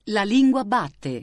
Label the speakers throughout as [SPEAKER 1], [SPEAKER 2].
[SPEAKER 1] La lingua batte.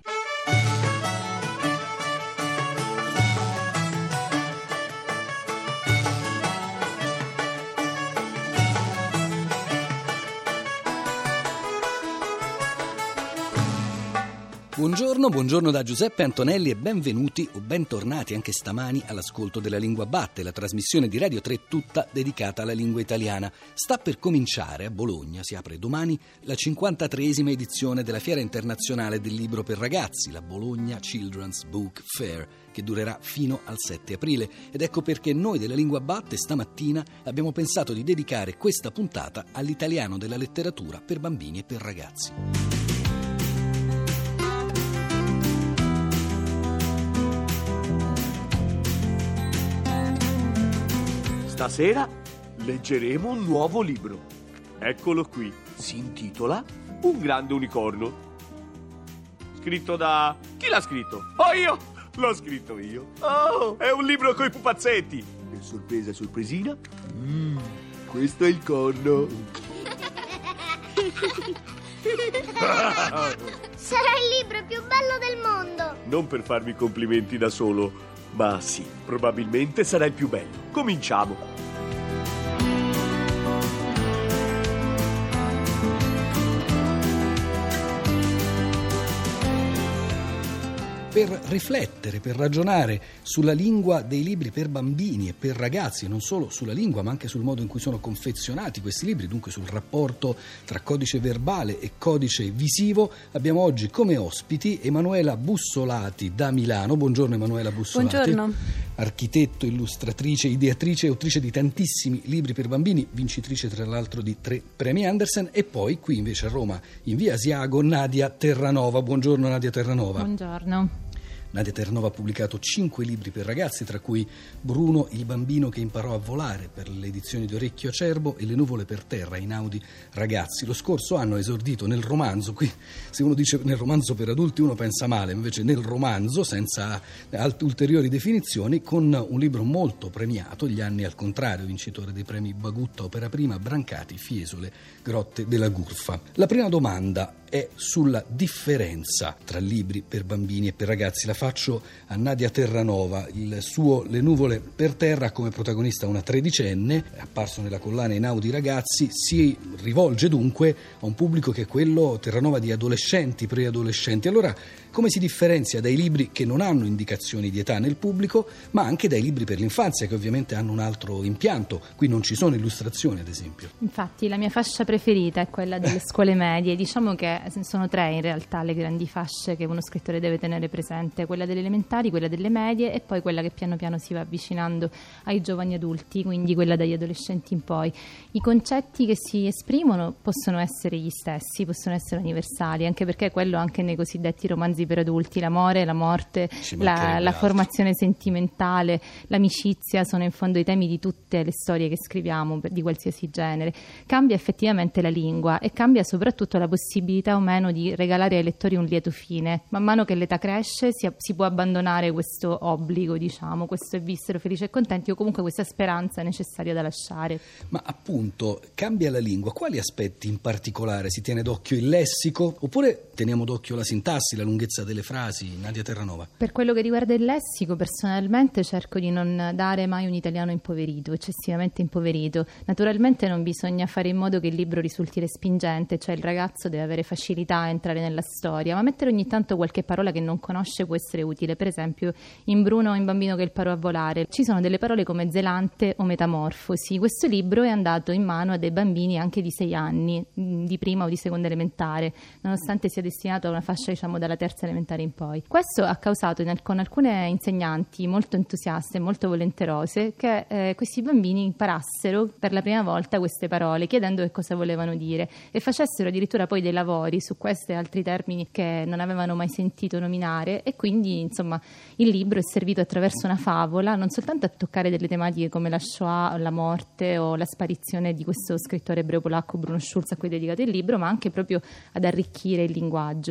[SPEAKER 2] Buongiorno da Giuseppe Antonelli e benvenuti o bentornati anche stamani all'ascolto della Lingua Batte, la trasmissione di Radio 3 tutta dedicata alla lingua italiana. Sta per cominciare a Bologna, si apre domani, la 53esima edizione della Fiera Internazionale del Libro per Ragazzi, la Bologna Children's Book Fair, che durerà fino al 7 aprile. Ed ecco perché noi della Lingua Batte stamattina abbiamo pensato di dedicare questa puntata all'italiano della letteratura per bambini e per ragazzi.
[SPEAKER 3] Stasera leggeremo un nuovo libro. Eccolo qui. Si intitola Un grande unicorno. Scritto da... Chi l'ha scritto? Oh, io! L'ho scritto io. Oh, è un libro coi pupazzetti. E sorpresina? Questo è il corno.
[SPEAKER 4] Sarà il libro più bello del mondo.
[SPEAKER 3] Non per farmi complimenti da solo, ma sì, probabilmente sarà il più bello. Cominciamo.
[SPEAKER 2] Per riflettere, per ragionare sulla lingua dei libri per bambini e per ragazzi, e non solo sulla lingua ma anche sul modo in cui sono confezionati questi libri, dunque sul rapporto tra codice verbale e codice visivo, abbiamo oggi come ospiti Emanuela Bussolati da Milano. Buongiorno Emanuela Bussolati.
[SPEAKER 5] Buongiorno.
[SPEAKER 2] Architetto, illustratrice, ideatrice e autrice di tantissimi libri per bambini, vincitrice tra l'altro di 3 premi Andersen, e poi qui invece a Roma, in via Asiago, Nadia Terranova. Buongiorno Nadia Terranova.
[SPEAKER 5] Buongiorno.
[SPEAKER 2] Nadia Terranova ha pubblicato 5 libri per ragazzi, tra cui Bruno, il bambino che imparò a volare, per le edizioni di Orecchio Acerbo, e Le nuvole per terra, Inaudi ragazzi. Lo scorso anno ha esordito nel romanzo, qui se uno dice nel romanzo per adulti uno pensa male, invece nel romanzo, senza ulteriori definizioni, con un libro molto premiato, Gli anni al contrario, vincitore dei premi Bagutta, Opera Prima, Brancati, Fiesole, Grotte della Gurfa. La prima domanda è sulla differenza tra libri per bambini e per ragazzi. La faccio a Nadia Terranova. Il suo Le nuvole per terra, come protagonista una tredicenne, apparso nella collana Inaudi ragazzi, si rivolge dunque a un pubblico che è quello, Terranova, di adolescenti, preadolescenti. Allora, come si differenzia dai libri che non hanno indicazioni di età nel pubblico, ma anche dai libri per l'infanzia, che ovviamente hanno un altro impianto? Qui non ci sono illustrazioni, ad esempio.
[SPEAKER 5] Infatti la mia fascia preferita è quella delle scuole medie. Diciamo che sono 3 in realtà le grandi fasce che uno scrittore deve tenere presente: quella delle elementari, quella delle medie e poi quella che piano piano si va avvicinando ai giovani adulti, quindi quella dagli adolescenti in poi. I concetti che si esprimono possono essere gli stessi, possono essere universali, anche perché quello anche nei cosiddetti romanzi per adulti, l'amore, la morte, la formazione sentimentale, l'amicizia sono in fondo i temi di tutte le storie che scriviamo di qualsiasi genere. Cambia effettivamente la lingua e cambia soprattutto la possibilità o meno di regalare ai lettori un lieto fine. Man mano che l'età cresce si può abbandonare questo obbligo, diciamo, questo vissero felici e contenti, o comunque questa speranza necessaria da lasciare.
[SPEAKER 2] Ma appunto, cambia la lingua, quali aspetti in particolare? Si tiene d'occhio il lessico oppure teniamo d'occhio la sintassi, la lunghezza delle frasi? Nadia Terranova.
[SPEAKER 5] Per quello che riguarda il lessico, personalmente cerco di non dare mai un italiano impoverito, eccessivamente impoverito. Naturalmente non bisogna fare in modo che il libro risulti respingente, cioè il ragazzo deve avere facilità a entrare nella storia, ma mettere ogni tanto qualche parola che non conosce può essere utile. Per esempio in Bruno, il bambino che imparò a volare, ci sono delle parole come zelante o metamorfosi. Questo libro è andato in mano a dei bambini anche di 6 anni, di prima o di seconda elementare, nonostante sia destinato a una fascia, diciamo, dalla terza elementare in poi. Questo ha causato con alcune insegnanti molto entusiaste e molto volenterose che questi bambini imparassero per la prima volta queste parole, chiedendo che cosa volevano dire, e facessero addirittura poi dei lavori su questi e altri termini che non avevano mai sentito nominare. E quindi insomma il libro è servito attraverso una favola non soltanto a toccare delle tematiche come la Shoah o la morte o la sparizione di questo scrittore ebreo polacco Bruno Schulz, a cui è dedicato il libro, ma anche proprio ad arricchire il linguaggio.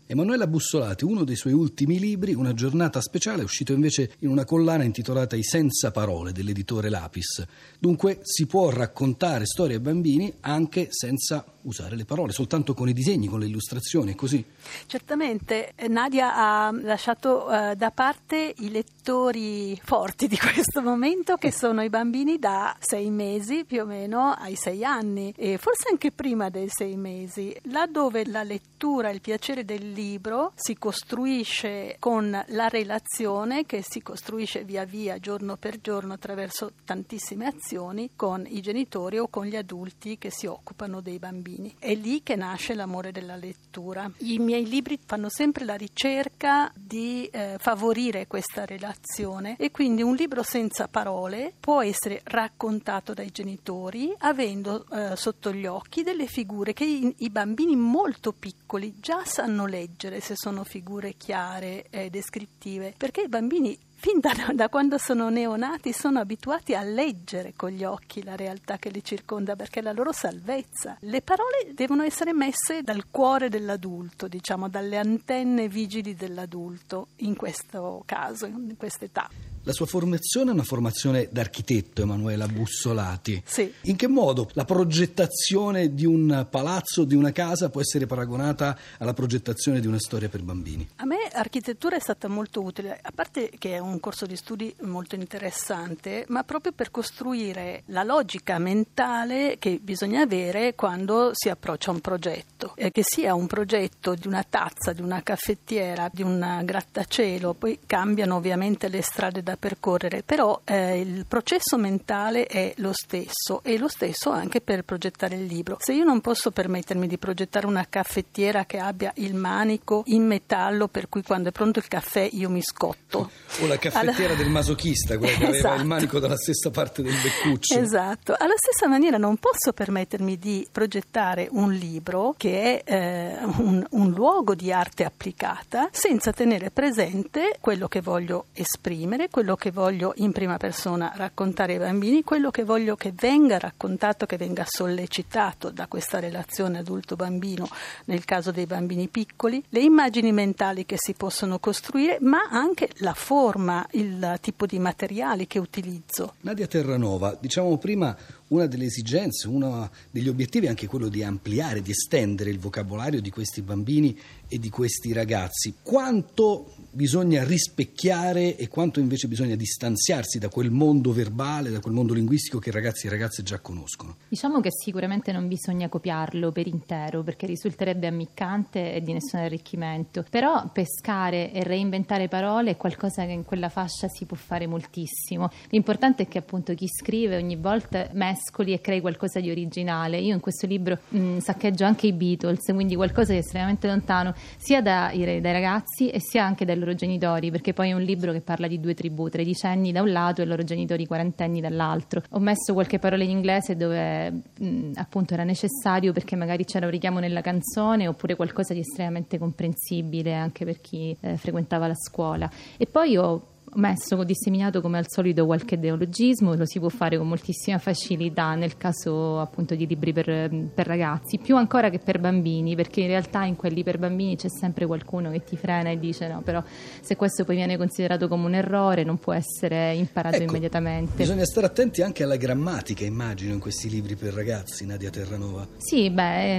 [SPEAKER 2] Emanuela Bussolati, uno dei suoi ultimi libri, Una giornata speciale, è uscito invece in una collana intitolata I senza parole dell'editore Lapis. Dunque si può raccontare storie ai bambini anche senza usare le parole, soltanto con i disegni, con le illustrazioni, così?
[SPEAKER 1] Certamente Nadia ha lasciato da parte i lettori forti di questo momento, che sono i bambini da 6 mesi più o meno ai 6 anni e forse anche prima dei 6 mesi, là dove la lettura, il piacere del libro si costruisce con la relazione che si costruisce via via, giorno per giorno, attraverso tantissime azioni con i genitori o con gli adulti che si occupano dei bambini. È lì che nasce l'amore della lettura. I miei libri fanno sempre la ricerca di favorire questa relazione, e quindi un libro senza parole può essere raccontato dai genitori avendo sotto gli occhi delle figure che i bambini molto piccoli già sanno leggere, se sono figure chiare e descrittive, perché i bambini fin da quando sono neonati sono abituati a leggere con gli occhi la realtà che li circonda, perché è la loro salvezza. Le parole devono essere messe dal cuore dell'adulto, diciamo, dalle antenne vigili dell'adulto, in questo caso, in quest'età.
[SPEAKER 2] La sua formazione è una formazione d'architetto, Emanuela Bussolati.
[SPEAKER 1] Sì.
[SPEAKER 2] In che modo la progettazione di un palazzo, di una casa, può essere paragonata alla progettazione di una storia per bambini?
[SPEAKER 1] A me architettura è stata molto utile, a parte che è un corso di studi molto interessante, ma proprio per costruire la logica mentale che bisogna avere quando si approccia a un progetto. Che sia un progetto di una tazza, di una caffettiera, di un grattacielo, poi cambiano ovviamente le strade da percorrere, però il processo mentale è lo stesso, e lo stesso anche per progettare il libro. Se io non posso permettermi di progettare una caffettiera che abbia il manico in metallo, per cui quando è pronto il caffè io mi scotto,
[SPEAKER 2] o la caffettiera del masochista, quella che aveva il manico dalla stessa parte del beccuccio.
[SPEAKER 1] Esatto, alla stessa maniera non posso permettermi di progettare un libro che è un luogo di arte applicata senza tenere presente quello che voglio esprimere, quello che voglio in prima persona raccontare ai bambini, quello che voglio che venga raccontato, che venga sollecitato da questa relazione adulto-bambino nel caso dei bambini piccoli, le immagini mentali che si possono costruire, ma anche la forma, il tipo di materiali che utilizzo.
[SPEAKER 2] Nadia Terranova, diciamo prima, una delle esigenze, uno degli obiettivi è anche quello di ampliare, di estendere il vocabolario di questi bambini e di questi ragazzi. Quanto bisogna rispecchiare e quanto invece bisogna distanziarsi da quel mondo verbale, da quel mondo linguistico che i ragazzi e ragazze già conoscono?
[SPEAKER 5] Diciamo che sicuramente non bisogna copiarlo per intero, perché risulterebbe ammiccante e di nessun arricchimento, però pescare e reinventare parole è qualcosa che in quella fascia si può fare moltissimo. L'importante è che appunto chi scrive ogni volta mescoli e crei qualcosa di originale. Io in questo libro saccheggio anche i Beatles, quindi qualcosa di estremamente lontano sia dai ragazzi e sia anche dai loro genitori, perché poi è un libro che parla di 2 tribù, tredicenni da un lato e i loro genitori quarantenni dall'altro. Ho messo qualche parola in inglese dove appunto era necessario, perché magari c'era un richiamo nella canzone, oppure qualcosa di estremamente comprensibile anche per chi frequentava la scuola. E poi ho disseminato come al solito qualche ideologismo, lo si può fare con moltissima facilità nel caso appunto di libri per ragazzi, più ancora che per bambini, perché in realtà in quelli per bambini c'è sempre qualcuno che ti frena e dice no, però se questo poi viene considerato come un errore non può essere imparato immediatamente.
[SPEAKER 2] Bisogna stare attenti anche alla grammatica, immagino, in questi libri per ragazzi, Nadia Terranova.
[SPEAKER 5] Sì,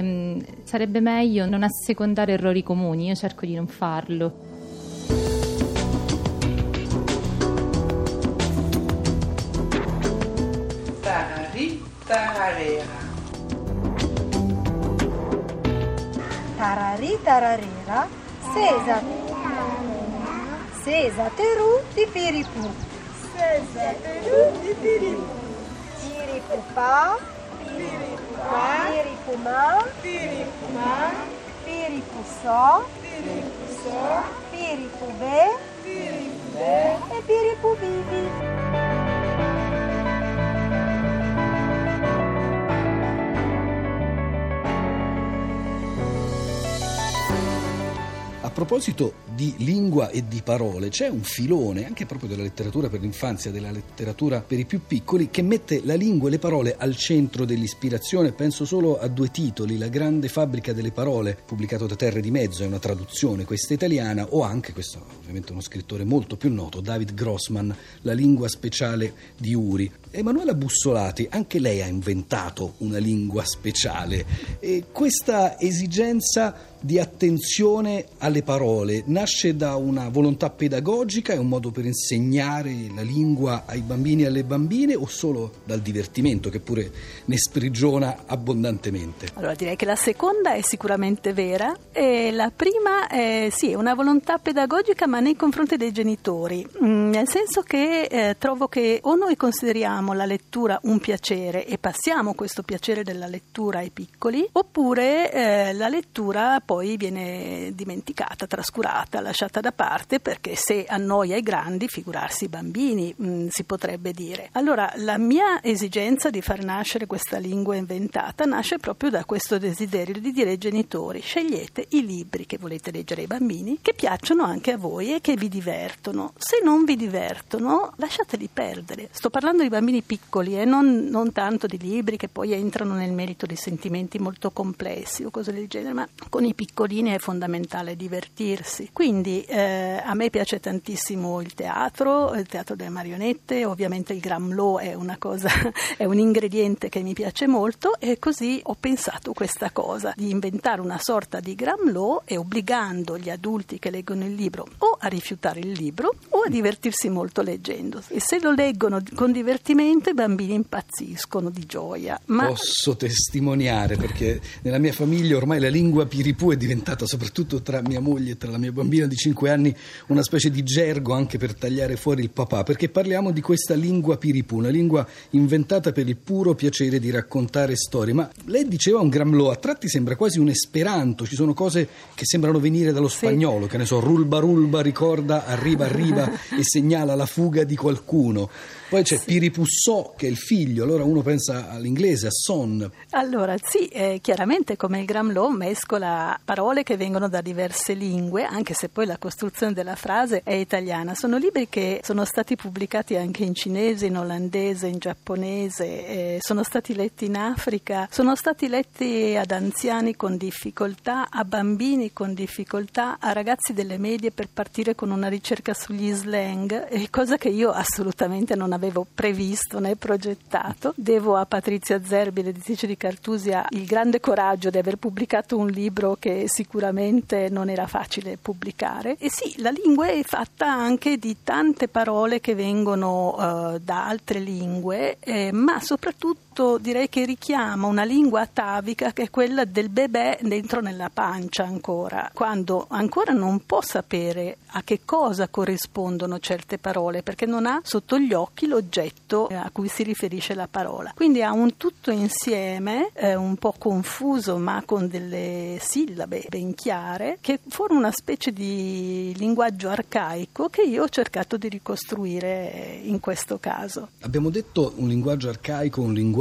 [SPEAKER 5] sarebbe meglio non assecondare errori comuni, io cerco di non farlo.
[SPEAKER 6] Tararera. Tararì tararera, sesa terù di piripù. Sesa terù di piripù. Piripupà, piripumà, piripussò, piripubè e piripubibi.
[SPEAKER 2] A proposito di lingua e di parole, c'è un filone anche proprio della letteratura per l'infanzia, della letteratura per i più piccoli, che mette la lingua e le parole al centro dell'ispirazione. Penso solo a 2 titoli: La grande fabbrica delle parole, pubblicato da Terre di Mezzo, è una traduzione questa italiana, o anche, questo ovviamente uno scrittore molto più noto, David Grossman, La lingua speciale di Uri. Emanuela Bussolati, anche lei ha inventato una lingua speciale, e questa esigenza di attenzione alle parole nasce da una volontà pedagogica, è un modo per insegnare la lingua ai bambini e alle bambine, o solo dal divertimento, che pure ne sprigiona abbondantemente?
[SPEAKER 1] Allora, direi che la seconda è sicuramente vera, e la prima è una volontà pedagogica, ma nei confronti dei genitori, nel senso che trovo che o noi consideriamo la lettura un piacere e passiamo questo piacere della lettura ai piccoli, oppure la lettura poi viene dimenticata, trascurata, lasciata da parte, perché se annoia i grandi, figurarsi i bambini, si potrebbe dire. Allora, la mia esigenza di far nascere questa lingua inventata nasce proprio da questo desiderio di dire ai genitori: scegliete i libri che volete leggere ai bambini, che piacciono anche a voi e che vi divertono. Se non vi divertono, lasciateli perdere. Sto parlando di bambini piccoli, non tanto di libri che poi entrano nel merito di sentimenti molto complessi o cose del genere, ma con i piccolini è fondamentale divertirsi. Quindi a me piace tantissimo il teatro delle marionette, ovviamente il Gramlò è una cosa, è un ingrediente che mi piace molto, e così ho pensato questa cosa di inventare una sorta di Gramlò, e obbligando gli adulti che leggono il libro o a rifiutare il libro o a divertirsi molto leggendo, e se lo leggono con divertimento i bambini impazziscono di gioia. Ma
[SPEAKER 2] posso testimoniare, perché nella mia famiglia ormai la lingua piripù è diventata, soprattutto tra mia moglie e tra la mia bambina di 5 anni, una specie di gergo anche per tagliare fuori il papà, perché parliamo di questa lingua piripù, una lingua inventata per il puro piacere di raccontare storie. Ma lei diceva un Gramlò, a tratti sembra quasi un esperanto, ci sono cose che sembrano venire dallo spagnolo, che ne so, rulba rulba ricorda arriba arriba e segnala la fuga di qualcuno. Poi c'è Piripussò, che è il figlio, allora uno pensa all'inglese, a son.
[SPEAKER 1] Allora chiaramente come il Gramlò mescola parole che vengono da diverse lingue, anche se poi la costruzione della frase è italiana. Sono libri che sono stati pubblicati anche in cinese, in olandese, in giapponese, sono stati letti in Africa, sono stati letti ad anziani con difficoltà, a bambini con difficoltà, a ragazzi delle medie per partire con una ricerca sugli slang, cosa che io assolutamente non avevo previsto né progettato. Devo a Patrizia Zerbi, l'editrice di Cartusia, il grande coraggio di aver pubblicato un libro che sicuramente non era facile pubblicare. E sì, la lingua è fatta anche di tante parole che vengono da altre lingue, ma soprattutto direi che richiama una lingua atavica, che è quella del bebè dentro nella pancia ancora, quando ancora non può sapere a che cosa corrispondono certe parole, perché non ha sotto gli occhi l'oggetto a cui si riferisce la parola. Quindi ha un tutto insieme un po' confuso, ma con delle sillabe ben chiare, che forma una specie di linguaggio arcaico che io ho cercato di ricostruire in questo caso.
[SPEAKER 2] Abbiamo detto un linguaggio arcaico, un linguaggio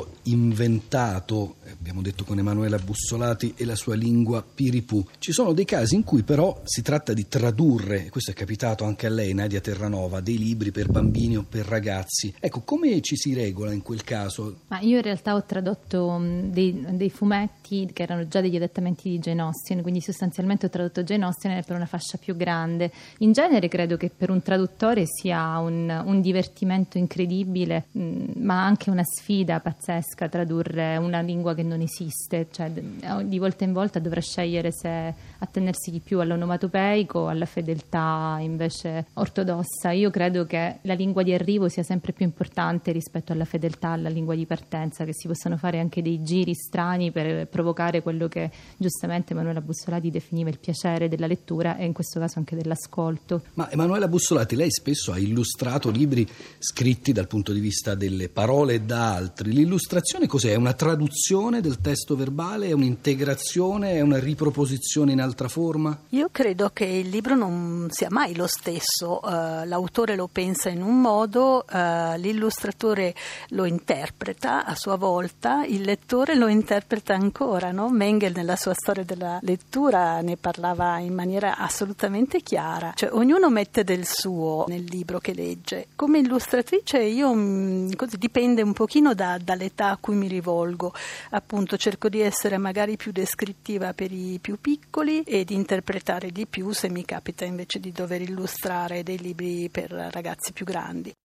[SPEAKER 2] inventato, abbiamo detto con Emanuela Bussolati e la sua lingua piripù. Ci sono dei casi in cui però si tratta di tradurre, e questo è capitato anche a lei, Nadia Terranova, dei libri per bambini o per ragazzi. Ecco, come ci si regola in quel caso?
[SPEAKER 5] Ma io in realtà ho tradotto dei fumetti che erano già degli adattamenti di Jane Austen, quindi sostanzialmente ho tradotto Jane Austen per una fascia più grande. In genere credo che per un traduttore sia un divertimento incredibile, ma anche una sfida pazzesca tradurre una lingua che non esiste, cioè di volta in volta dovrà scegliere se attenersi di più all'onomatopeico o alla fedeltà invece ortodossa. Io credo che la lingua di arrivo sia sempre più importante rispetto alla fedeltà alla lingua di partenza, che si possano fare anche dei giri strani per provocare quello che giustamente Emanuela Bussolati definiva il piacere della lettura, e in questo caso anche dell'ascolto.
[SPEAKER 2] Ma Emanuela Bussolati, lei spesso ha illustrato libri scritti dal punto di vista delle parole d'altri. altri. L'illustrazione cos'è? È una traduzione del testo verbale? È un'integrazione? È una riproposizione in altra forma?
[SPEAKER 1] Io credo che il libro non sia mai lo stesso. L'autore lo pensa in un modo, l'illustratore lo interpreta a sua volta, il lettore lo interpreta ancora, no? Mengel nella sua storia della lettura ne parlava in maniera assolutamente chiara, cioè ognuno mette del suo nel libro che legge. Come illustratrice io così dipende un pochino dall'età a cui mi rivolgo, appunto cerco di essere magari più descrittiva per i più piccoli e di interpretare di più se mi capita invece di dover illustrare dei libri per ragazzi più grandi.